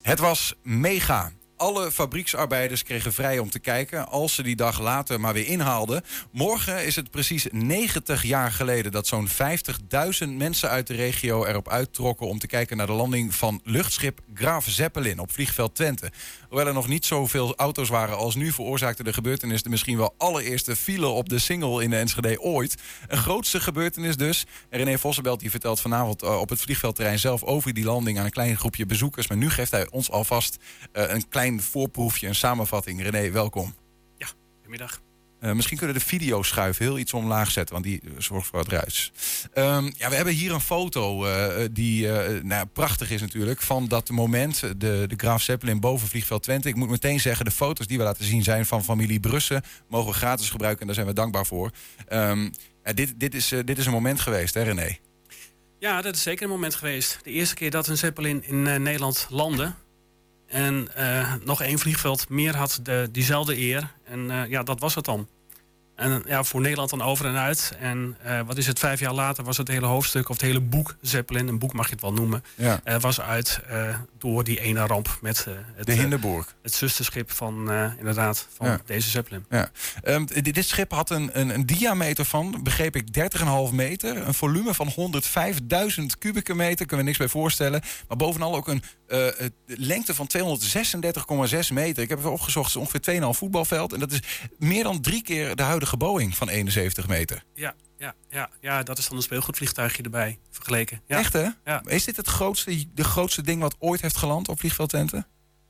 Het was mega. Alle fabrieksarbeiders kregen vrij om te kijken als ze die dag later maar weer inhaalden. Morgen is het precies 90 jaar geleden dat zo'n 50.000 mensen uit de regio erop uittrokken om te kijken naar de landing van luchtschip Graaf Zeppelin op vliegveld Twente. Hoewel er nog niet zoveel auto's waren als nu, veroorzaakte de gebeurtenis de misschien wel allereerste file op de Singel in de Enschede ooit. Een grootste gebeurtenis dus. En René Vossenbelt die vertelt vanavond op het vliegveldterrein zelf over die landing aan een klein groepje bezoekers. Maar nu geeft hij ons alvast een klein voorproefje, een samenvatting. René, welkom. Ja, goedemiddag. Misschien kunnen de videoschuif heel iets omlaag zetten, want die zorgt voor het ruis. We hebben hier een foto die prachtig is natuurlijk, van dat moment, de Graaf Zeppelin boven vliegveld Twente. Ik moet meteen zeggen, de foto's die we laten zien zijn van familie Brussen. Mogen we gratis gebruiken en daar zijn we dankbaar voor. Dit is een moment geweest, hè René? Ja, dat is zeker een moment geweest. De eerste keer dat een Zeppelin in Nederland landde. En nog één vliegveld meer had diezelfde eer. En dat was het dan. En voor Nederland dan over en uit. En 5 jaar later was het hele hoofdstuk, of het hele boek Zeppelin, een boek mag je het wel noemen, was uit door die ene ramp met de Hindenburg. Het zusterschip van deze Zeppelin. Ja. Dit schip had een diameter van, begreep ik, 30,5 meter. Een volume van 105.000 kubieke meter, kunnen we niks bij voorstellen. Maar bovenal ook een lengte van 236,6 meter. Ik heb even opgezocht, het is ongeveer 2,5 voetbalveld. En dat is meer dan 3 keer de huidige Boeing van 71 meter. Ja, dat is dan een speelgoedvliegtuigje erbij vergeleken. Ja. Echt, hè? Ja. Is dit de grootste ding wat ooit heeft geland op vliegveld Twente?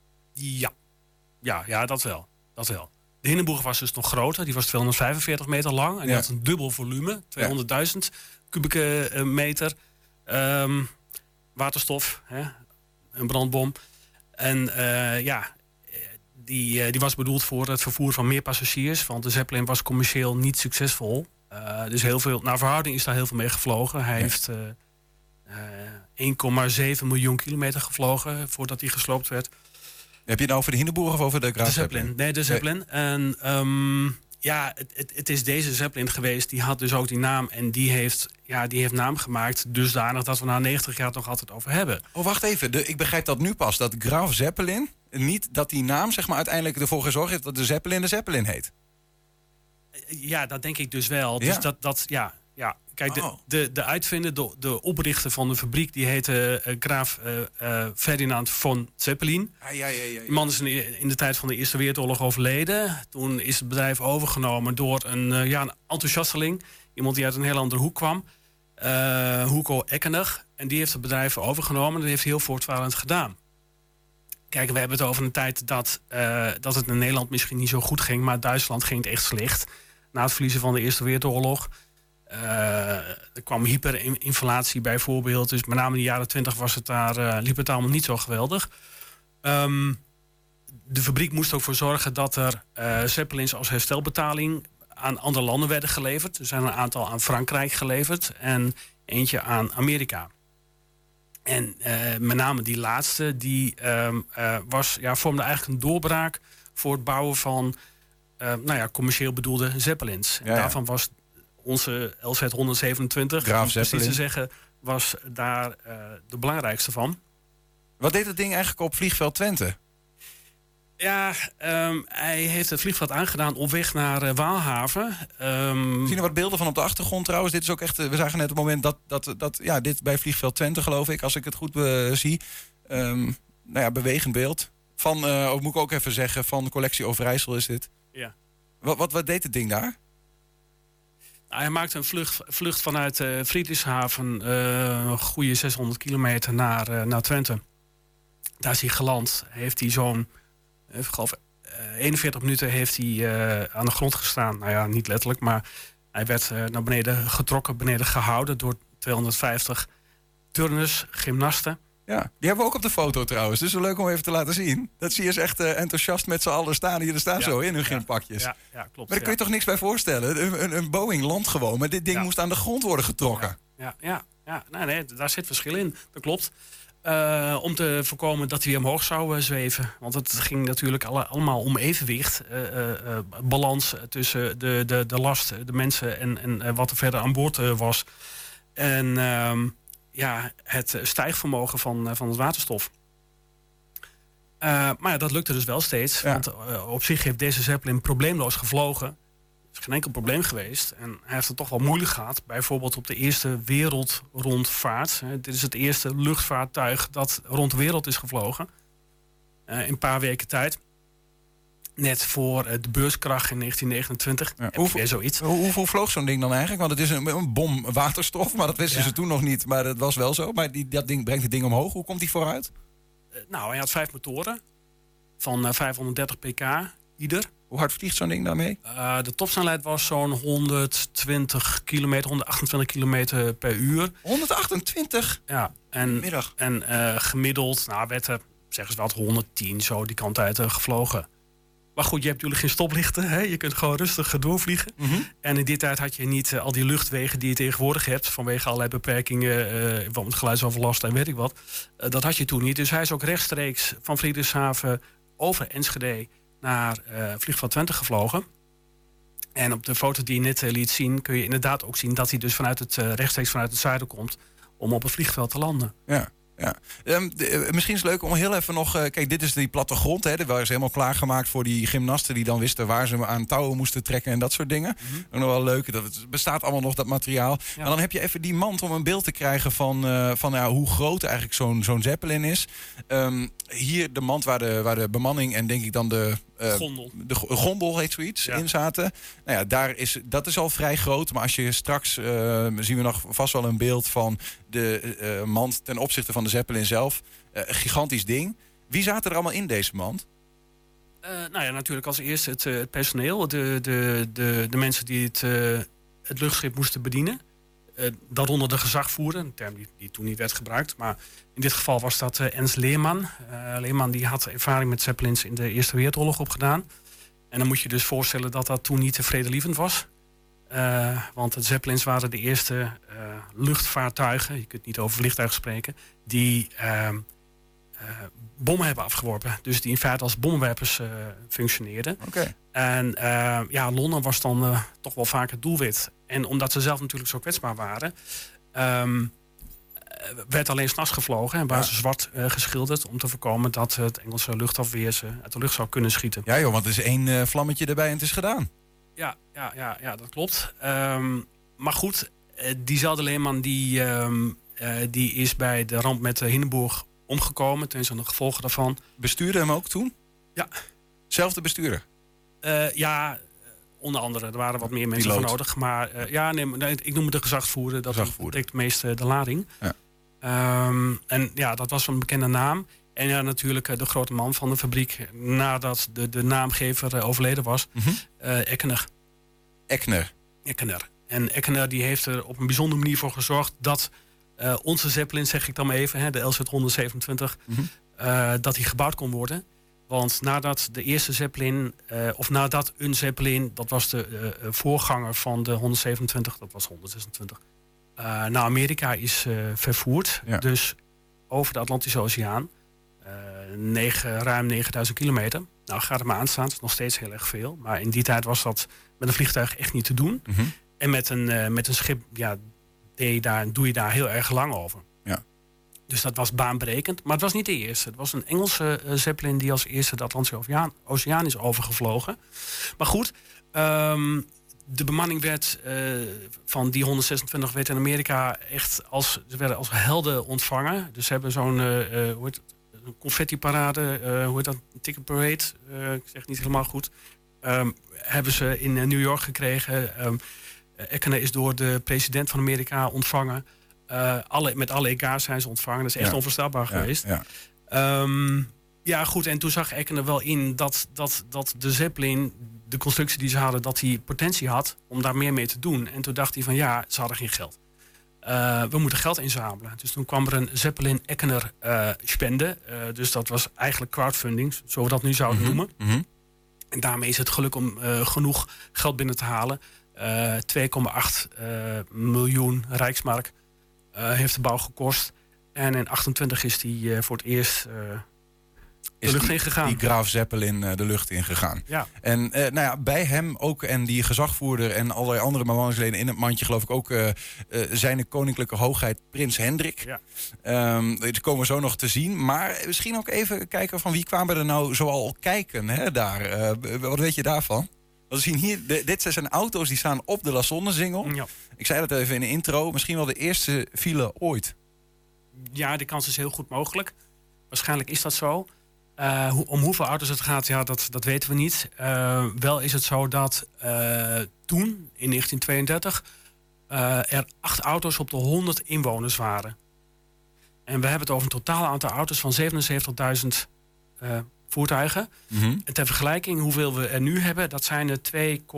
Ja, dat wel. De Hindenburg was dus nog groter. Die was 245 meter lang. En die had een dubbel volume. 200.000 kubieke meter. Waterstof. Een brandbom. En die was bedoeld voor het vervoer van meer passagiers. Want de Zeppelin was commercieel niet succesvol. Dus heel veel, naar verhouding is daar heel veel mee gevlogen. Hij heeft 1,7 miljoen kilometer gevlogen voordat hij gesloopt werd. Heb je het nou over de Hindenburg of over de Graaf Zeppelin? Nee, de Zeppelin. Nee. En het is deze Zeppelin geweest. Die had dus ook die naam. En die heeft naam gemaakt dusdanig dat we na 90 jaar het nog altijd over hebben. Oh, wacht even. Ik begrijp dat nu pas. Dat Graaf Zeppelin, niet dat die naam zeg maar uiteindelijk ervoor gezorgd heeft dat de Zeppelin heet. Ja, dat denk ik dus wel. Dus ja. Kijk, de uitvinder, de oprichter van de fabriek, die heette graaf Ferdinand von Zeppelin. Die man is in de tijd van de Eerste Wereldoorlog overleden. Toen is het bedrijf overgenomen door een enthousiasteling. Iemand die uit een heel andere hoek kwam. Hugo Eckener. En die heeft het bedrijf overgenomen. En dat heeft hij heel voortvarend gedaan. Kijk, we hebben het over een tijd dat het in Nederland misschien niet zo goed ging. Maar Duitsland ging het echt slecht. Na het verliezen van de Eerste Wereldoorlog. Er kwam hyperinflatie bijvoorbeeld. Dus met name in de jaren 20 liep het allemaal niet zo geweldig. De fabriek moest ook voor zorgen dat er Zeppelins als herstelbetaling aan andere landen werden geleverd. Er zijn een aantal aan Frankrijk geleverd en eentje aan Amerika. En met name die laatste, die vormde eigenlijk een doorbraak voor het bouwen van commercieel bedoelde Zeppelins. En daarvan was onze LZ 127, Graaf precies Zeppelin, te zeggen, was daar de belangrijkste van. Wat deed het ding eigenlijk op vliegveld Twente? Ja, hij heeft het vliegveld aangedaan op weg naar Waalhaven. Zien er wat beelden van op de achtergrond trouwens? Dit is ook echt, we zagen net het moment dat dit bij vliegveld Twente, geloof ik, als ik het goed zie. Bewegend beeld. Van, moet ik ook even zeggen, van de collectie Overijssel is dit. Ja. Wat deed het ding daar? Hij maakte een vlucht vanuit Friedrichshaven, een goede 600 kilometer naar Twente. Daar is hij geland. Heeft hij zo'n, 41 minuten heeft hij aan de grond gestaan. Nou ja, niet letterlijk, maar hij werd naar beneden getrokken, beneden gehouden door 250 turners, gymnasten. Ja, die hebben we ook op de foto trouwens. Dus wel leuk om even te laten zien. Dat zie je eens echt enthousiast met z'n allen staan. Hier staan zo in hun gympakjes. Ja, klopt. Maar daar kun je toch niks bij voorstellen? Een Boeing landt gewoon, maar dit ding moest aan de grond worden getrokken. Ja. Nee, daar zit verschil in. Dat klopt. Om te voorkomen dat hij weer omhoog zou zweven. Want het ging natuurlijk allemaal om evenwicht. Balans tussen de last, de mensen en wat er verder aan boord was. En het stijgvermogen van het waterstof. Maar ja, dat lukte dus wel steeds. Ja. Want op zich heeft deze Zeppelin probleemloos gevlogen. Er is geen enkel probleem geweest. En hij heeft het toch wel moeilijk gehad. Bijvoorbeeld op de eerste wereldrondvaart. Dit is het eerste luchtvaartuig dat rond de wereld is gevlogen. In een paar weken tijd. Net voor de beurskracht in 1929. Ja. Zoiets. Hoeveel vloog zo'n ding dan eigenlijk? Want het is een bom waterstof, maar dat wisten ze toen nog niet. Maar dat was wel zo. Maar dat ding brengt het ding omhoog. Hoe komt die vooruit? Hij had 5 motoren van 530 pk ieder. Hoe hard vliegt zo'n ding daarmee? De topsnelheid was zo'n 128 kilometer per uur. 128? Ja. Middag. En gemiddeld werd er, zeggen ze wel, 110 zo die kant uit gevlogen. Maar goed, je hebt natuurlijk geen stoplichten. Hè? Je kunt gewoon rustig doorvliegen. Mm-hmm. En in die tijd had je niet al die luchtwegen die je tegenwoordig hebt. Vanwege allerlei beperkingen, geluidsoverlast en weet ik wat. Dat had je toen niet. Dus hij is ook rechtstreeks van Friedrichshafen over Enschede naar Vliegveld Twente gevlogen. En op de foto die je net liet zien, kun je inderdaad ook zien dat hij dus rechtstreeks vanuit het zuiden komt om op het vliegveld te landen. Ja. Ja. Misschien is het leuk om heel even nog... kijk, dit is die plattegrond. Hè. Daar waren ze helemaal klaargemaakt voor die gymnasten... die dan wisten waar ze aan touwen moesten trekken en dat soort dingen. Mm-hmm. Ook nog wel leuk. Het bestaat allemaal nog, dat materiaal. Ja. En dan heb je even die mand om een beeld te krijgen van hoe groot eigenlijk zo'n Zeppelin is. Hier de mand waar de bemanning en denk ik dan de gondel heet zoiets, in zaten. Nou ja, dat is al vrij groot. Maar als je straks zien we nog vast wel een beeld van de mand ten opzichte van de Zeppelin zelf. Een gigantisch ding. Wie zaten er allemaal in deze mand? Natuurlijk als eerste het personeel. De mensen die het luchtschip moesten bedienen. Daaronder de gezagvoerder, een term die toen niet werd gebruikt. Maar in dit geval was dat Ernst Leerman. Leerman die had ervaring met Zeppelins in de Eerste Wereldoorlog opgedaan. En dan moet je dus voorstellen dat dat toen niet vredelievend was. Want de Zeppelins waren de eerste luchtvaartuigen, je kunt niet over vliegtuigen spreken, die bommen hebben afgeworpen. Dus die in feite als bommenwerpers functioneerden. Okay. En Londen was dan toch wel vaak het doelwit. En omdat ze zelf natuurlijk zo kwetsbaar waren, werd alleen 's nachts gevlogen en waren ze zwart geschilderd om te voorkomen dat het Engelse luchtafweer ze uit de lucht zou kunnen schieten. Ja joh, want er is 1 vlammetje erbij en het is gedaan. Ja, dat klopt. Maar goed, diezelfde Leerman die is bij de ramp met Hindenburg omgekomen. Ten zijn de gevolgen daarvan. Bestuurde hem ook toen? Ja. Zelfde bestuurder? Onder andere. Er waren wat meer mensen voor nodig. Maar ik noem het de gezagsvoerder. Dat betekent het meeste de lading. Ja. Dat was een bekende naam. En ja, natuurlijk de grote man van de fabriek. Nadat de naamgever overleden was. Mm-hmm. Eckener. En Eckener die heeft er op een bijzondere manier voor gezorgd dat onze Zeppelin, zeg ik dan maar even, de LZ-127, mm-hmm. Dat die gebouwd kon worden. Want nadat de eerste Zeppelin, of nadat een Zeppelin, dat was de voorganger van de 127, dat was 126, naar Amerika is vervoerd. Ja. Dus over de Atlantische Oceaan. Ruim 9000 kilometer. Nou, gaat er maar aan staan. Het is nog steeds heel erg veel. Maar in die tijd was dat met een vliegtuig echt niet te doen. Mm-hmm. En met een schip doe je daar heel erg lang over. Ja. Dus dat was baanbrekend. Maar het was niet de eerste. Het was een Engelse Zeppelin die als eerste de Atlantische Oceaan is overgevlogen. Maar goed, de bemanning werd van die 126 werd in Amerika echt ze werden als helden ontvangen. Dus ze hebben zo'n een confetti-parade, ticket parade, ik zeg het niet helemaal goed, hebben ze in New York gekregen. Eckener is door de president van Amerika ontvangen. Met alle ega's zijn ze ontvangen. Dat is echt onvoorstelbaar geweest. Ja. Goed, en toen zag Eckener wel in dat de Zeppelin, de constructie die ze hadden, dat die potentie had om daar meer mee te doen. En toen dacht hij van ze hadden geen geld. We moeten geld inzamelen. Dus toen kwam er een Zeppelin Eckener spende. Dus dat was eigenlijk crowdfunding, zo we dat nu zouden noemen. Mm-hmm. En daarmee is het geluk om genoeg geld binnen te halen. 2,8 miljoen Rijksmark heeft de bouw gekost. En in 28 is die voor het eerst de lucht ingegaan. Die Graaf Zeppelin de lucht ingegaan. Ja. En bij hem ook en die gezagvoerder en allerlei andere bemanningsleden in het mandje, geloof ik ook zijn koninklijke hoogheid Prins Hendrik. Ja. Dat komen we zo nog te zien. Maar misschien ook even kijken van wie kwamen er nou zoal kijken, hè, daar. Wat weet je daarvan? We zien hier, dit zijn auto's die staan op de La Sonnezingel. Ja. Ik zei dat even in de intro. Misschien wel de eerste file ooit. Ja, de kans is heel goed mogelijk. Waarschijnlijk is dat zo. Om hoeveel auto's het gaat, ja, dat weten we niet. Wel is het zo dat toen, in 1932... er 8 auto's op de 100 inwoners waren. En we hebben het over een totaal aantal auto's van 77.000 voertuigen. Mm-hmm. En ter vergelijking, hoeveel we er nu hebben, dat zijn er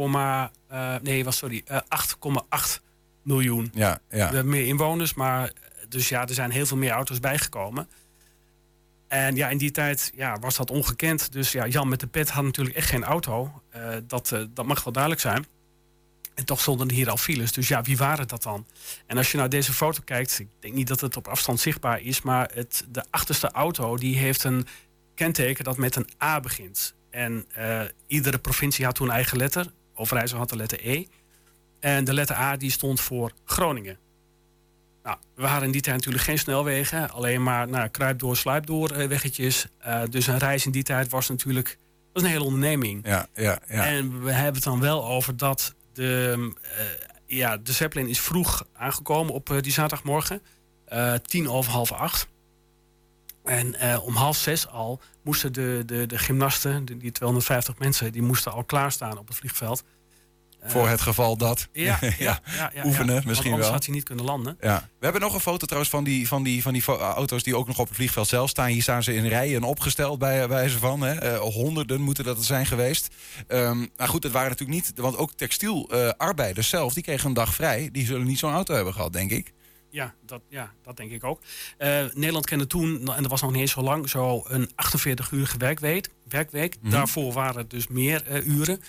8,8 miljoen. Ja. We hebben meer inwoners, maar dus ja, er zijn heel veel meer auto's bijgekomen. En ja, in die tijd was dat ongekend. Dus ja, Jan met de pet had natuurlijk echt geen auto. Dat mag wel duidelijk zijn. En toch stonden er hier al files. Dus ja, wie waren dat dan? En als je naar deze foto kijkt, ik denk niet dat het op afstand zichtbaar is, maar de achterste auto die heeft een kenteken dat met een A begint. En iedere provincie had toen een eigen letter. Overijssel had de letter E. En de letter A die stond voor Groningen. Nou, we hadden in die tijd natuurlijk geen snelwegen. Alleen maar kruip door, sluip door weggetjes. Dus een reis in die tijd was natuurlijk een hele onderneming. Ja. En we hebben het dan wel over dat de Zeppelin is vroeg aangekomen op die zaterdagmorgen. 8:10. En om 5:30 al moesten de gymnasten, die 250 mensen, die moesten al klaarstaan op het vliegveld. Voor het geval dat. Ja, oefenen misschien anders wel. had hij niet kunnen landen. Ja. We hebben nog een foto trouwens van die auto's die ook nog op het vliegveld zelf staan. Hier staan ze in rijen opgesteld bij wijze van. Honderden moeten dat zijn geweest. Maar goed, het waren natuurlijk niet, want ook textielarbeiders zelf, die kregen een dag vrij. Die zullen niet zo'n auto hebben gehad, denk ik. Ja, dat denk ik ook. Nederland kende toen, en dat was nog niet eens zo lang, zo een 48-urige werkweek. Mm-hmm. Daarvoor waren het dus meer uren.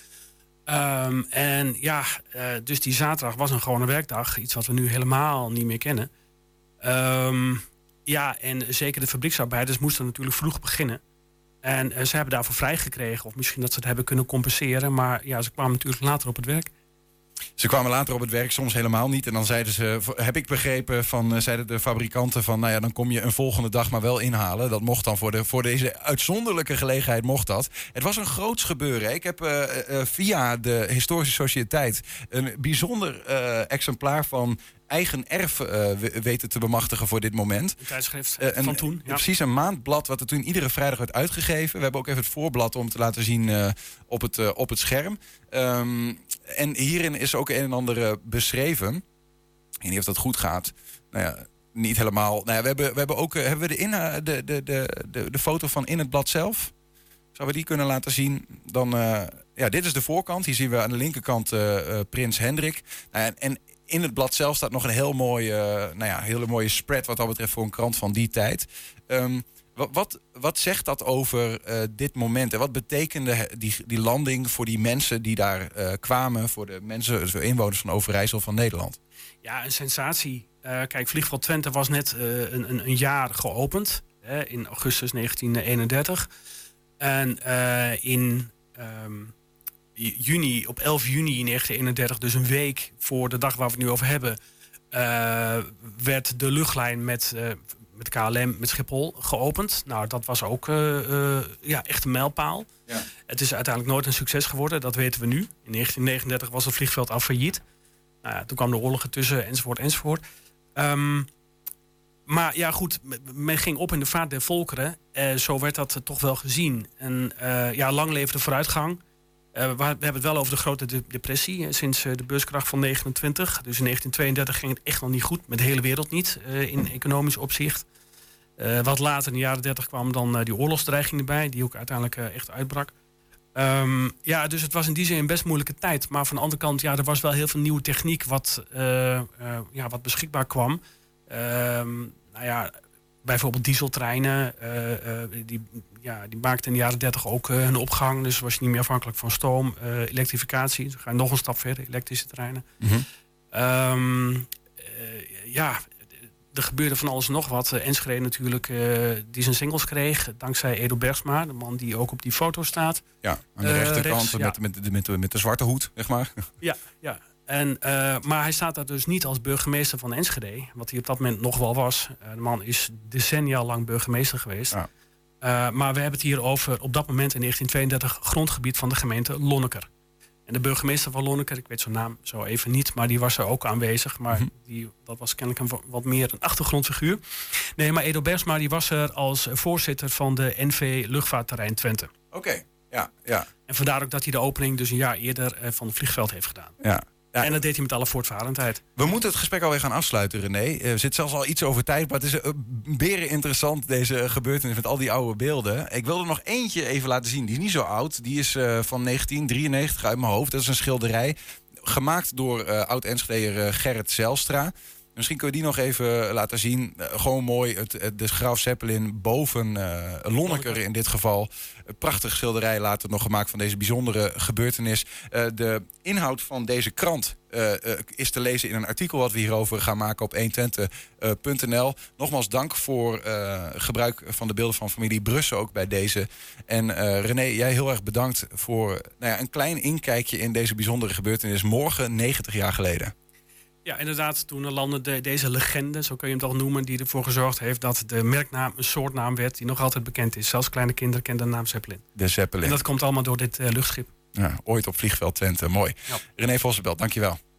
Dus die zaterdag was een gewone werkdag. Iets wat we nu helemaal niet meer kennen. En zeker de fabrieksarbeiders moesten natuurlijk vroeg beginnen. En ze hebben daarvoor vrijgekregen. Of misschien dat ze het hebben kunnen compenseren. Maar ja, ze kwamen natuurlijk later op het werk. Ze kwamen later op het werk, soms helemaal niet. En dan zeiden ze, heb ik begrepen, zeiden de fabrikanten van, dan kom je een volgende dag maar wel inhalen. Dat mocht dan voor deze uitzonderlijke gelegenheid mocht dat. Het was een groots gebeuren. Ik heb via de Historische Sociëteit een bijzonder exemplaar van eigen erf weten te bemachtigen voor dit moment. Een tijdschrift van toen. Ja. Precies, een maandblad wat er toen iedere vrijdag werd uitgegeven. We hebben ook even het voorblad om te laten zien op het scherm. En hierin is ook een en ander beschreven. Ik weet niet of dat goed gaat. Nou ja, niet helemaal. Nou ja, we hebben ook hebben we de foto van in het blad zelf. Zouden we die kunnen laten zien? Dan, dit is de voorkant. Hier zien we aan de linkerkant Prins Hendrik. En in het blad zelf staat nog een heel hele mooie spread wat dat betreft voor een krant van die tijd. Wat zegt dat over dit moment? En wat betekende die landing voor die mensen die daar kwamen, voor de mensen, de inwoners van Overijssel van Nederland? Ja, een sensatie. Kijk, Vliegveld Twente was net een jaar geopend. In augustus 1931. En in op 11 juni 1931, dus een week voor de dag waar we het nu over hebben, werd de luchtlijn met KLM, met Schiphol, geopend. Nou, dat was ook echt een mijlpaal. Ja. Het is uiteindelijk nooit een succes geworden, dat weten we nu. In 1939 was het vliegveld al failliet. Nou ja, toen kwam de oorlog ertussen, enzovoort. Maar ja, goed, men ging op in de vaart der volkeren. Zo werd dat toch wel gezien. En lang leefde de vooruitgang. We hebben het wel over de grote depressie sinds de beurskracht van 29. Dus in 1932 ging het echt nog niet goed. Met de hele wereld niet, in economisch opzicht. Wat later in de jaren 30 kwam dan die oorlogsdreiging erbij. Die ook uiteindelijk echt uitbrak. Dus het was in die zin een best moeilijke tijd. Maar van de andere kant, er was wel heel veel nieuwe techniek wat beschikbaar kwam. Bijvoorbeeld dieseltreinen. Die maakten in de jaren 30 ook hun opgang. Dus was je niet meer afhankelijk van stoom. Elektrificatie. Dus we gaan nog een stap verder. Elektrische treinen. Mm-hmm. er gebeurde van alles en nog wat. Enschede natuurlijk, die zijn singles kreeg. Dankzij Edo Bergsma, de man die ook op die foto staat. Ja, aan de rechterkant met de zwarte hoed, zeg maar. Ja. Maar hij staat daar dus niet als burgemeester van Enschede. Wat hij op dat moment nog wel was. De man is decennia lang burgemeester geweest. Ja. Maar we hebben het hier over op dat moment in 1932 grondgebied van de gemeente Lonneker. En de burgemeester van Lonneker, ik weet zijn naam zo even niet, maar die was er ook aanwezig. Maar dat was kennelijk wat meer een achtergrondfiguur. Nee, maar Edo Bergsma die was er als voorzitter van de NV Luchtvaartterrein Twente. Oké, ja. En vandaar ook dat hij de opening dus een jaar eerder van het vliegveld heeft gedaan. Ja. Ja, en dat deed hij met alle voortvarendheid. We moeten het gesprek alweer gaan afsluiten, René. Er zit zelfs al iets over tijd, maar het is beren interessant, deze gebeurtenis met al die oude beelden. Ik wil er nog eentje even laten zien. Die is niet zo oud. Die is van 1993 uit mijn hoofd. Dat is een schilderij gemaakt door oud-Enschedeër Gerrit Zijlstra. Misschien kun je die nog even laten zien. Gewoon mooi, de Graaf Zeppelin boven Lonneker in dit geval. Een prachtig schilderij later nog gemaakt van deze bijzondere gebeurtenis. De inhoud van deze krant is te lezen in een artikel wat we hierover gaan maken op 120.nl. Nogmaals dank voor gebruik van de beelden van familie Brussen ook bij deze. En René, jij heel erg bedankt voor een klein inkijkje in deze bijzondere gebeurtenis. Morgen 90 jaar geleden. Ja, inderdaad, toen landde deze legende, zo kun je hem toch noemen, die ervoor gezorgd heeft dat de merknaam een soortnaam werd die nog altijd bekend is. Zelfs kleine kinderen kennen de naam Zeppelin. De Zeppelin. En dat komt allemaal door dit luchtschip. Ja, ooit op vliegveld Twente, mooi. Ja. René Vossenbelt, dankjewel.